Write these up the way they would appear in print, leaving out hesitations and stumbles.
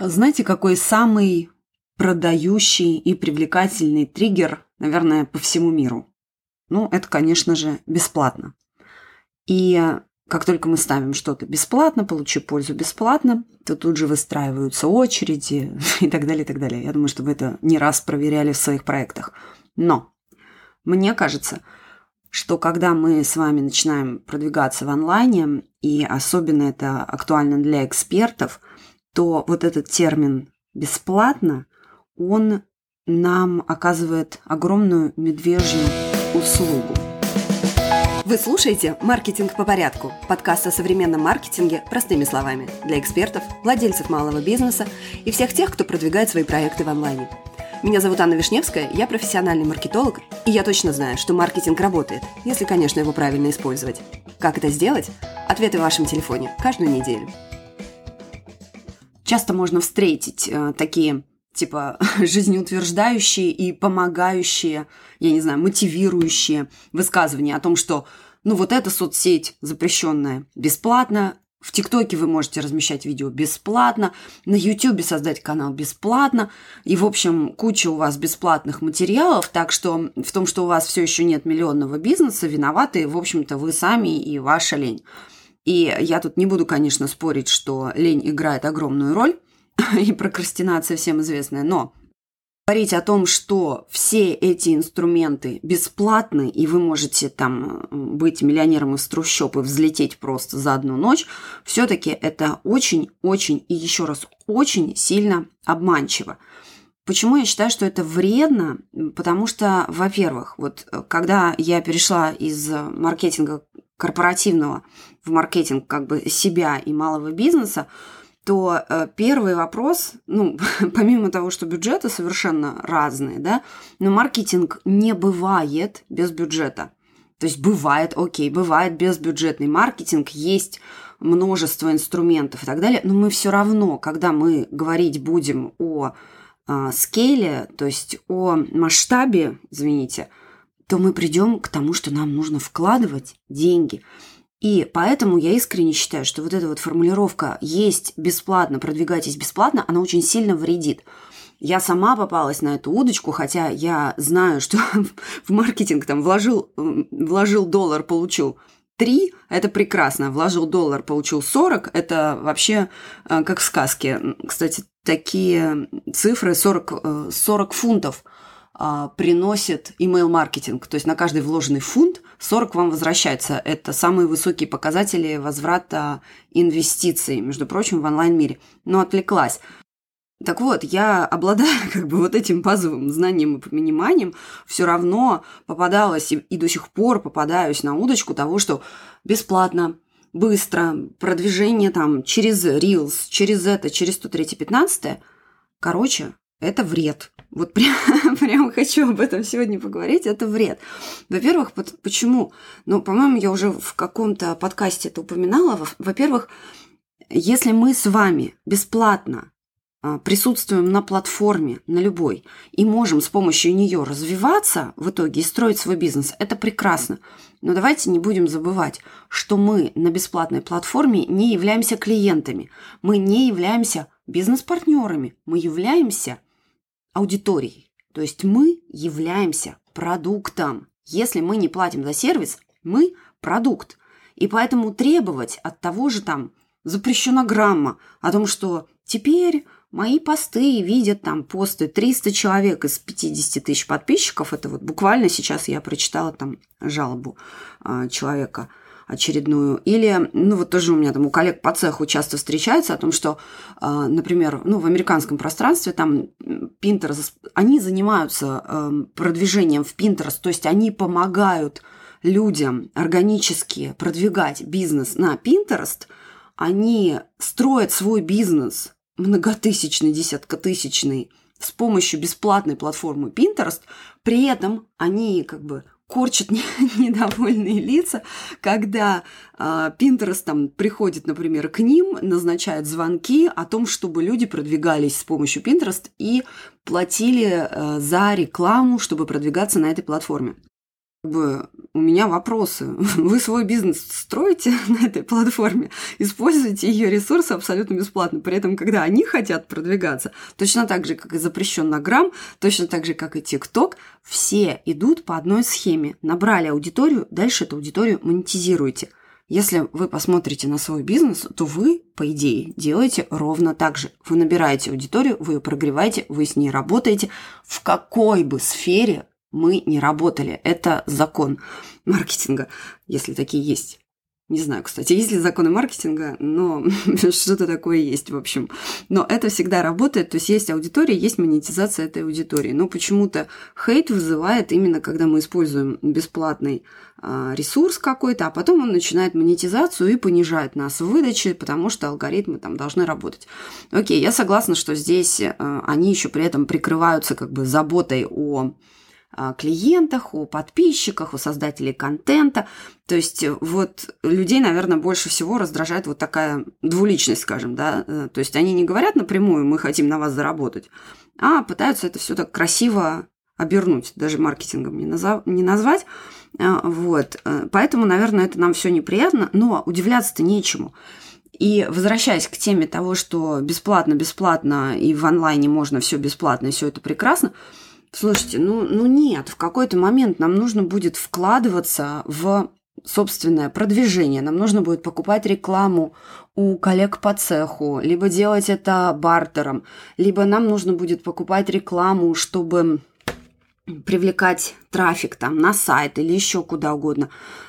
Знаете, какой самый продающий и привлекательный триггер, наверное, по всему миру? Ну, это, конечно же, бесплатно. И как только мы ставим что-то бесплатно, получи пользу бесплатно, то тут же выстраиваются очереди и так далее, и так далее. Я думаю, что вы это не раз проверяли в своих проектах. Но мне кажется, что когда мы с вами начинаем продвигаться в онлайне, и особенно это актуально для экспертов, то вот этот термин «бесплатно», он нам оказывает огромную медвежью услугу. Вы слушаете «Маркетинг по порядку» – подкаст о современном маркетинге простыми словами для экспертов, владельцев малого бизнеса и всех тех, кто продвигает свои проекты в онлайне. Меня зовут Анна Вишневская, я профессиональный маркетолог, и я точно знаю, что маркетинг работает, если, конечно, его правильно использовать. Как это сделать? Ответы в вашем телефоне каждую неделю. Часто можно встретить такие типа жизнеутверждающие и помогающие, я не знаю, мотивирующие высказывания о том, что ну вот эта соцсеть запрещенная бесплатно, в ТикТоке вы можете размещать видео бесплатно, на Ютубе создать канал бесплатно, и, в общем, куча у вас бесплатных материалов, так что в том, что у вас все еще нет миллионного бизнеса, виноваты, в общем-то, вы сами и ваша лень. И я тут не буду, конечно, спорить, что лень играет огромную роль, и прокрастинация всем известная, но говорить о том, что все эти инструменты бесплатны, и вы можете там быть миллионером из трущоб и взлететь просто за одну ночь, все-таки это очень-очень и еще раз очень сильно обманчиво. Почему я считаю, что это вредно? Потому что, во-первых, вот когда я перешла из маркетинга корпоративного в маркетинг как бы себя и малого бизнеса, то первый вопрос, ну, помимо того, что бюджеты совершенно разные, да, но маркетинг не бывает без бюджета. То есть бывает, окей, бывает безбюджетный маркетинг, есть множество инструментов и так далее, но мы все равно, когда мы говорить будем о скейле, то есть о масштабе, извините, то мы придем к тому, что нам нужно вкладывать деньги. И поэтому я искренне считаю, что вот эта вот формулировка «есть бесплатно, продвигайтесь бесплатно», она очень сильно вредит. Я сама попалась на эту удочку, хотя я знаю, что в маркетинг там вложил $1, получил 3, это прекрасно, вложил $1, получил 40, это вообще как в сказке. Кстати, такие цифры 40 фунтов приносит email-маркетинг. То есть на каждый вложенный фунт 40 вам возвращается. Это самые высокие показатели возврата инвестиций, между прочим, в онлайн-мире. Но отвлеклась. Так вот, я, обладая как бы вот этим базовым знанием и пониманием, все равно попадалась и до сих пор попадаюсь на удочку того, что бесплатно, быстро, продвижение там через Reels, через это, через 103-15. Короче, это вред. Вот прям хочу об этом сегодня поговорить. Это вред. Во-первых, почему? Ну, по-моему, я уже в каком-то подкасте это упоминала. Во-первых, если мы с вами бесплатно присутствуем на платформе, на любой, и можем с помощью нее развиваться в итоге и строить свой бизнес, это прекрасно. Но давайте не будем забывать, что мы на бесплатной платформе не являемся клиентами, мы не являемся бизнес-партнерами, мы являемся аудиторией. То есть мы являемся продуктом. Если мы не платим за сервис, мы продукт. И поэтому требовать от того же там запрещена грамма о том, что теперь мои посты видят там посты 300 человек из 50 тысяч подписчиков. Это вот буквально сейчас я прочитала там жалобу человека очередную. Или, ну вот тоже у меня там у коллег по цеху часто встречается о том, что, например, ну в американском пространстве там Pinterest, они занимаются продвижением в Pinterest, то есть они помогают людям органически продвигать бизнес на Pinterest, они строят свой бизнес многотысячный, десяткотысячный с помощью бесплатной платформы Pinterest, при этом они как бы корчат недовольные лица, когда Pinterest там приходит, например, к ним, назначает звонки о том, чтобы люди продвигались с помощью Pinterest и платили за рекламу, чтобы продвигаться на этой платформе. У меня вопросы. Вы свой бизнес строите на этой платформе, используете ее ресурсы абсолютно бесплатно. При этом, когда они хотят продвигаться, точно так же, как и запрещен Инстаграм, точно так же, как и ТикТок, все идут по одной схеме. Набрали аудиторию, дальше эту аудиторию монетизируете. Если вы посмотрите на свой бизнес, то вы, по идее, делаете ровно так же. Вы набираете аудиторию, вы ее прогреваете, вы с ней работаете. В какой бы сфере мы не работали. Это закон маркетинга, если такие есть. Не знаю, кстати, есть ли законы маркетинга, но что-то такое есть, в общем. Но это всегда работает, то есть аудитория, есть монетизация этой аудитории. Но почему-то хейт вызывает именно, когда мы используем бесплатный ресурс какой-то, а потом он начинает монетизацию и понижает нас в выдаче, потому что алгоритмы там должны работать. Окей, я согласна, что здесь они еще при этом прикрываются как бы заботой о клиентах, о подписчиках, о создателей контента. То есть вот людей, наверное, больше всего раздражает вот такая двуличность, скажем, да. То есть они не говорят напрямую: мы хотим на вас заработать, а пытаются это все так красиво обернуть, даже маркетингом не назвать. Вот. Поэтому, наверное, это нам все неприятно, но удивляться-то нечему. И возвращаясь к теме того, что бесплатно, и в онлайне можно все бесплатно, и все это прекрасно, слушайте, ну нет, в какой-то момент нам нужно будет вкладываться в собственное продвижение, нам нужно будет покупать рекламу у коллег по цеху, либо делать это бартером, либо нам нужно будет покупать рекламу, чтобы привлекать трафик там на сайт или еще куда угодно.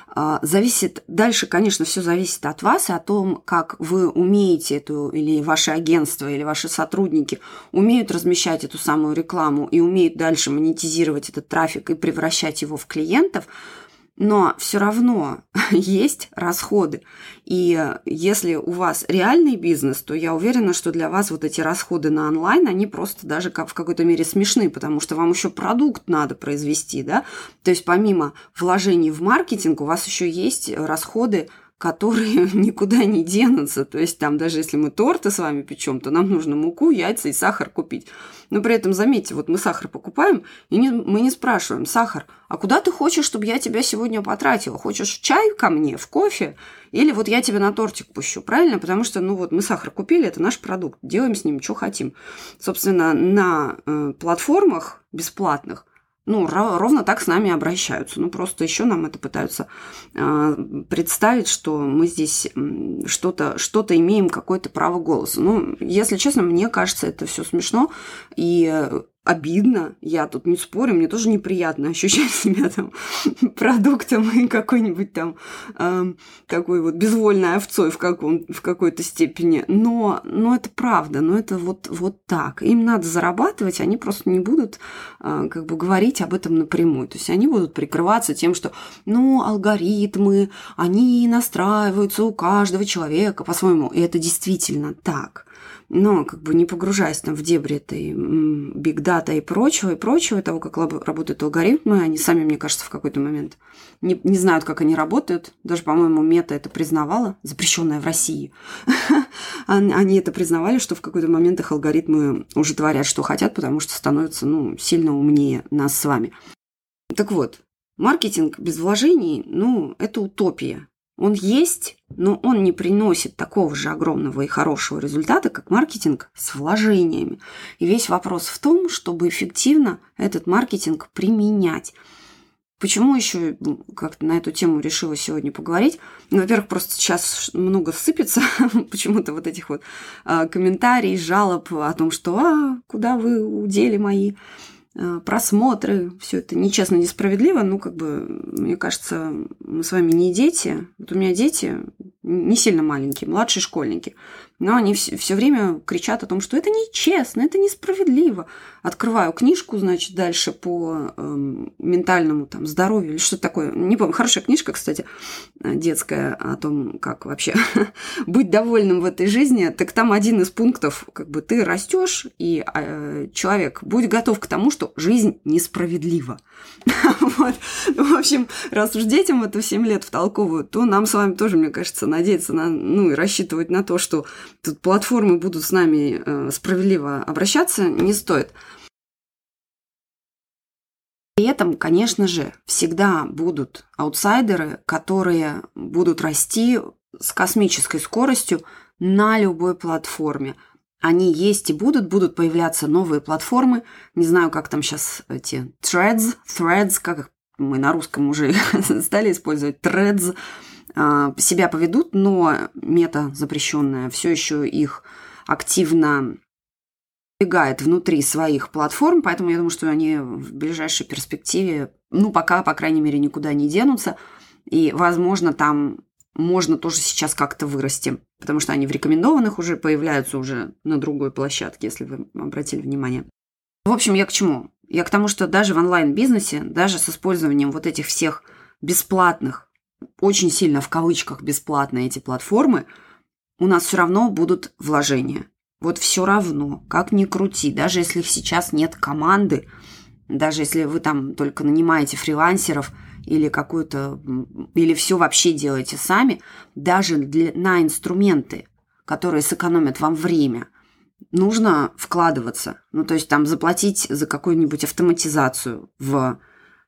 Дальше, конечно, все зависит от вас и о том, как вы умеете или ваше агентство, или ваши сотрудники умеют размещать эту самую рекламу и умеют дальше монетизировать этот трафик и превращать его в клиентов. Но все равно есть расходы. И если у вас реальный бизнес, то я уверена, что для вас вот эти расходы на онлайн, они просто даже в какой-то мере смешны, потому что вам еще продукт надо произвести, да? То есть помимо вложений в маркетинг, у вас еще есть расходы, которые никуда не денутся. То есть там даже если мы торты с вами печем, то нам нужно муку, яйца и сахар купить. Но при этом, заметьте, вот мы сахар покупаем, и мы не спрашиваем: сахар, а куда ты хочешь, чтобы я тебя сегодня потратила? Хочешь в чай ко мне, в кофе? Или вот я тебя на тортик пущу, правильно? Потому что, мы сахар купили, это наш продукт, делаем с ним, что хотим. Собственно, на платформах бесплатных ровно так с нами обращаются. Просто еще нам это пытаются представить, что мы здесь что-то имеем, какое-то право голоса. Если честно, мне кажется, это все смешно и обидно. Я тут не спорю, мне тоже неприятно ощущать себя там продуктом и какой-нибудь там такой вот безвольной овцой в какой-то степени. Но это правда, но это вот так. Им надо зарабатывать, они просто не будут говорить об этом напрямую. То есть они будут прикрываться тем, что алгоритмы, они настраиваются у каждого человека по-своему. И это действительно так. Но не погружаясь там в дебри этой биг дата и прочего, того, как работают алгоритмы, они сами, мне кажется, в какой-то момент не знают, как они работают. Даже, по-моему, Мета это признавала, запрещенная в России. Они это признавали, что в какой-то момент их алгоритмы уже творят, что хотят, потому что становятся сильно умнее нас с вами. Так вот, маркетинг без вложений, это утопия. Он есть, но он не приносит такого же огромного и хорошего результата, как маркетинг с вложениями. И весь вопрос в том, чтобы эффективно этот маркетинг применять. Почему еще как-то на эту тему решила сегодня поговорить? Во-первых, просто сейчас много сыпется почему-то вот этих вот комментариев, жалоб о том, что куда вы удели мои просмотры, все это нечестно, несправедливо. Мне кажется, мы с вами не дети. Вот у меня дети не сильно маленькие, младшие школьники. Но они все время кричат о том, что это нечестно, это несправедливо. Открываю книжку, дальше по ментальному здоровью или что-то такое. Не помню, хорошая книжка, кстати, детская, о том, как вообще быть довольным в этой жизни. Так там один из пунктов, ты растешь, и человек, будь готов к тому, что жизнь несправедлива. В общем, раз уж детям это в 7 лет втолковывают, то нам с вами тоже, мне кажется, надеяться и рассчитывать на то, что тут платформы будут с нами справедливо обращаться, не стоит. При этом, конечно же, всегда будут аутсайдеры, которые будут расти с космической скоростью на любой платформе. Они есть и будут появляться новые платформы. Не знаю, как там сейчас эти threads, как их мы на русском уже стали использовать, threads, себя поведут, но мета запрещенная все еще их активно продвигает внутри своих платформ, поэтому я думаю, что они в ближайшей перспективе, пока, по крайней мере, никуда не денутся, и, возможно, там можно тоже сейчас как-то вырасти, потому что они в рекомендованных уже появляются уже на другой площадке, если вы обратили внимание. В общем, я к чему? Я к тому, что даже в онлайн-бизнесе, даже с использованием вот этих всех бесплатных, очень сильно в кавычках бесплатные эти платформы, у нас все равно будут вложения. Вот все равно, как ни крути, даже если сейчас нет команды, даже если вы там только нанимаете фрилансеров или или все вообще делаете сами, даже на инструменты, которые сэкономят вам время, нужно вкладываться. То есть там заплатить за какую-нибудь автоматизацию в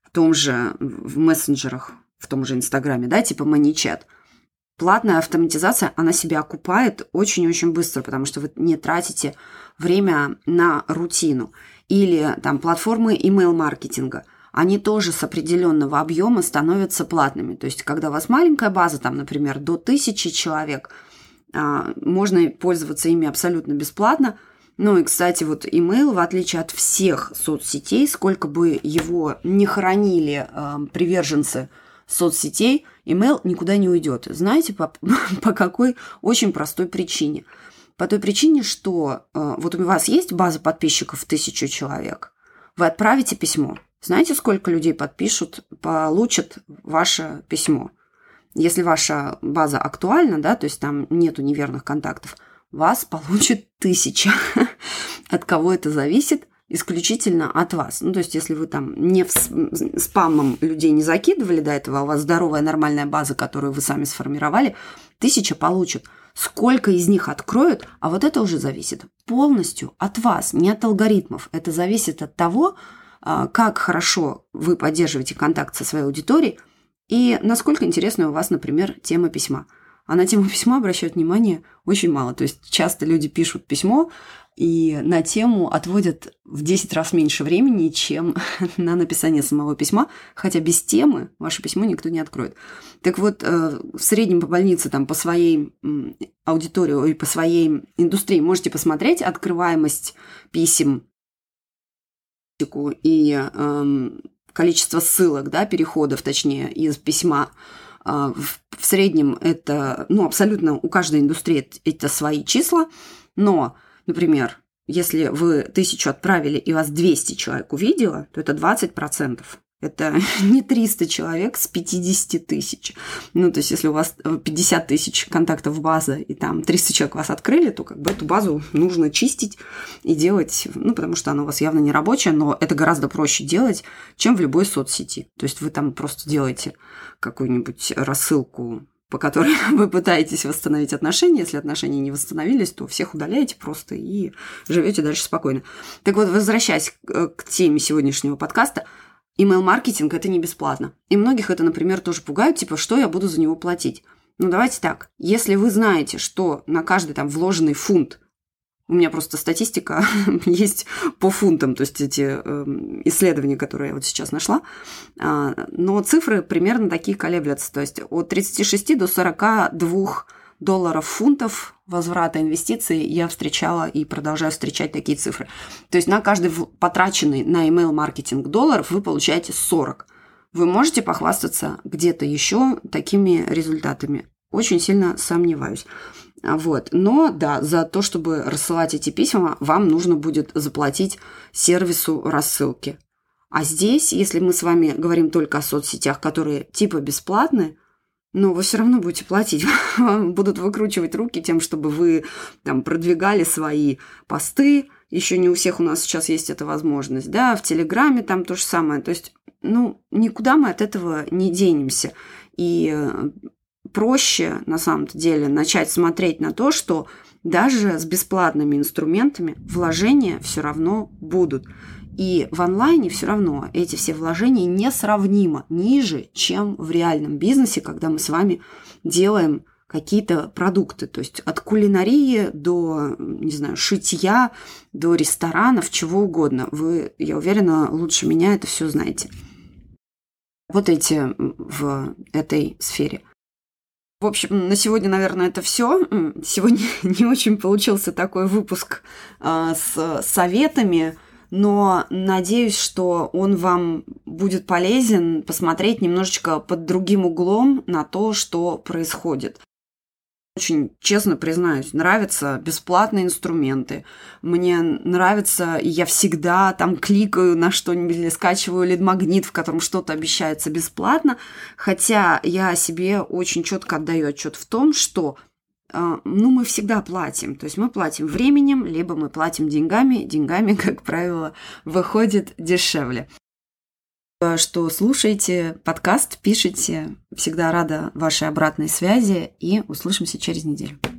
мессенджерах, в том же Инстаграме, да, типа ManyChat. Платная автоматизация, она себя окупает очень-очень быстро, потому что вы не тратите время на рутину. Или там платформы email-маркетинга, они тоже с определенного объема становятся платными. То есть, когда у вас маленькая база, там, например, до 1000 человек, можно пользоваться ими абсолютно бесплатно. И, кстати, вот email, в отличие от всех соцсетей, сколько бы его не хранили приверженцы соцсетей, email никуда не уйдет. Знаете, по какой очень простой причине? По той причине, что вот у вас есть база подписчиков в 1000 человек, вы отправите письмо. Знаете, сколько людей получат ваше письмо? Если ваша база актуальна, да, то есть там нету неверных контактов, вас получит 1000. От кого это зависит? Исключительно от вас. То есть, если вы там не спамом людей не закидывали до этого, а у вас здоровая нормальная база, которую вы сами сформировали, 1000 получат. Сколько из них откроют, а вот это уже зависит полностью от вас, не от алгоритмов. Это зависит от того, как хорошо вы поддерживаете контакт со своей аудиторией и насколько интересна у вас, например, тема письма. А на тему письма обращают внимание очень мало. То есть часто люди пишут письмо и на тему отводят в 10 раз меньше времени, чем на написание самого письма, хотя без темы ваше письмо никто не откроет. Так вот, в среднем по больнице, там, по своей аудитории и по своей индустрии можете посмотреть открываемость писем и количество ссылок, да, переходов, точнее, из письма. В среднем это, абсолютно у каждой индустрии это свои числа, но, например, если вы 1000 отправили и вас 200 человек увидело, то это 20%. Это не 300 человек с 50 тысяч. То есть, если у вас 50 тысяч контактов база, и там 300 человек вас открыли, то как бы эту базу нужно чистить и делать, потому что она у вас явно не рабочая, но это гораздо проще делать, чем в любой соцсети. То есть, вы там просто делаете какую-нибудь рассылку, по которой вы пытаетесь восстановить отношения. Если отношения не восстановились, то всех удаляете просто и живете дальше спокойно. Так вот, возвращаясь к теме сегодняшнего подкаста, email-маркетинг – это не бесплатно. И многих это, например, тоже пугает, типа, что я буду за него платить? Давайте так. Если вы знаете, что на каждый там вложенный фунт, у меня просто статистика есть по фунтам, то есть эти исследования, которые я вот сейчас нашла, но цифры примерно такие колеблятся. То есть от 36 до 42 долларов фунтов возврата инвестиций я встречала и продолжаю встречать такие цифры. То есть на каждый потраченный на email-маркетинг долларов вы получаете 40. Вы можете похвастаться где-то еще такими результатами? Очень сильно сомневаюсь. Вот. Но да, за то, чтобы рассылать эти письма, вам нужно будет заплатить сервису рассылки. А здесь, если мы с вами говорим только о соцсетях, которые типа бесплатные, но вы все равно будете платить. Вам будут выкручивать руки тем, чтобы вы там продвигали свои посты. Еще не у всех у нас сейчас есть эта возможность. Да, в Телеграме там то же самое. То есть, никуда мы от этого не денемся. И проще, на самом-то деле, начать смотреть на то, что даже с бесплатными инструментами вложения все равно будут. И в онлайне все равно эти все вложения несравнимо ниже, чем в реальном бизнесе, когда мы с вами делаем какие-то продукты. То есть от кулинарии до, не знаю, шитья, до ресторанов, чего угодно. Вы, я уверена, лучше меня это все знаете. Работаете в этой сфере. В общем, на сегодня, наверное, это все. Сегодня не очень получился такой выпуск с советами, но надеюсь, что он вам будет полезен посмотреть немножечко под другим углом на то, что происходит. Очень честно признаюсь, нравятся бесплатные инструменты. Мне нравится, и я всегда там кликаю на что-нибудь или скачиваю лид-магнит, в котором что-то обещается бесплатно. Хотя я себе очень четко отдаю отчет в том, что мы всегда платим. То есть мы платим временем, либо мы платим деньгами. Деньгами, как правило, выходит дешевле. Что слушаете подкаст, пишите. Всегда рада вашей обратной связи и услышимся через неделю.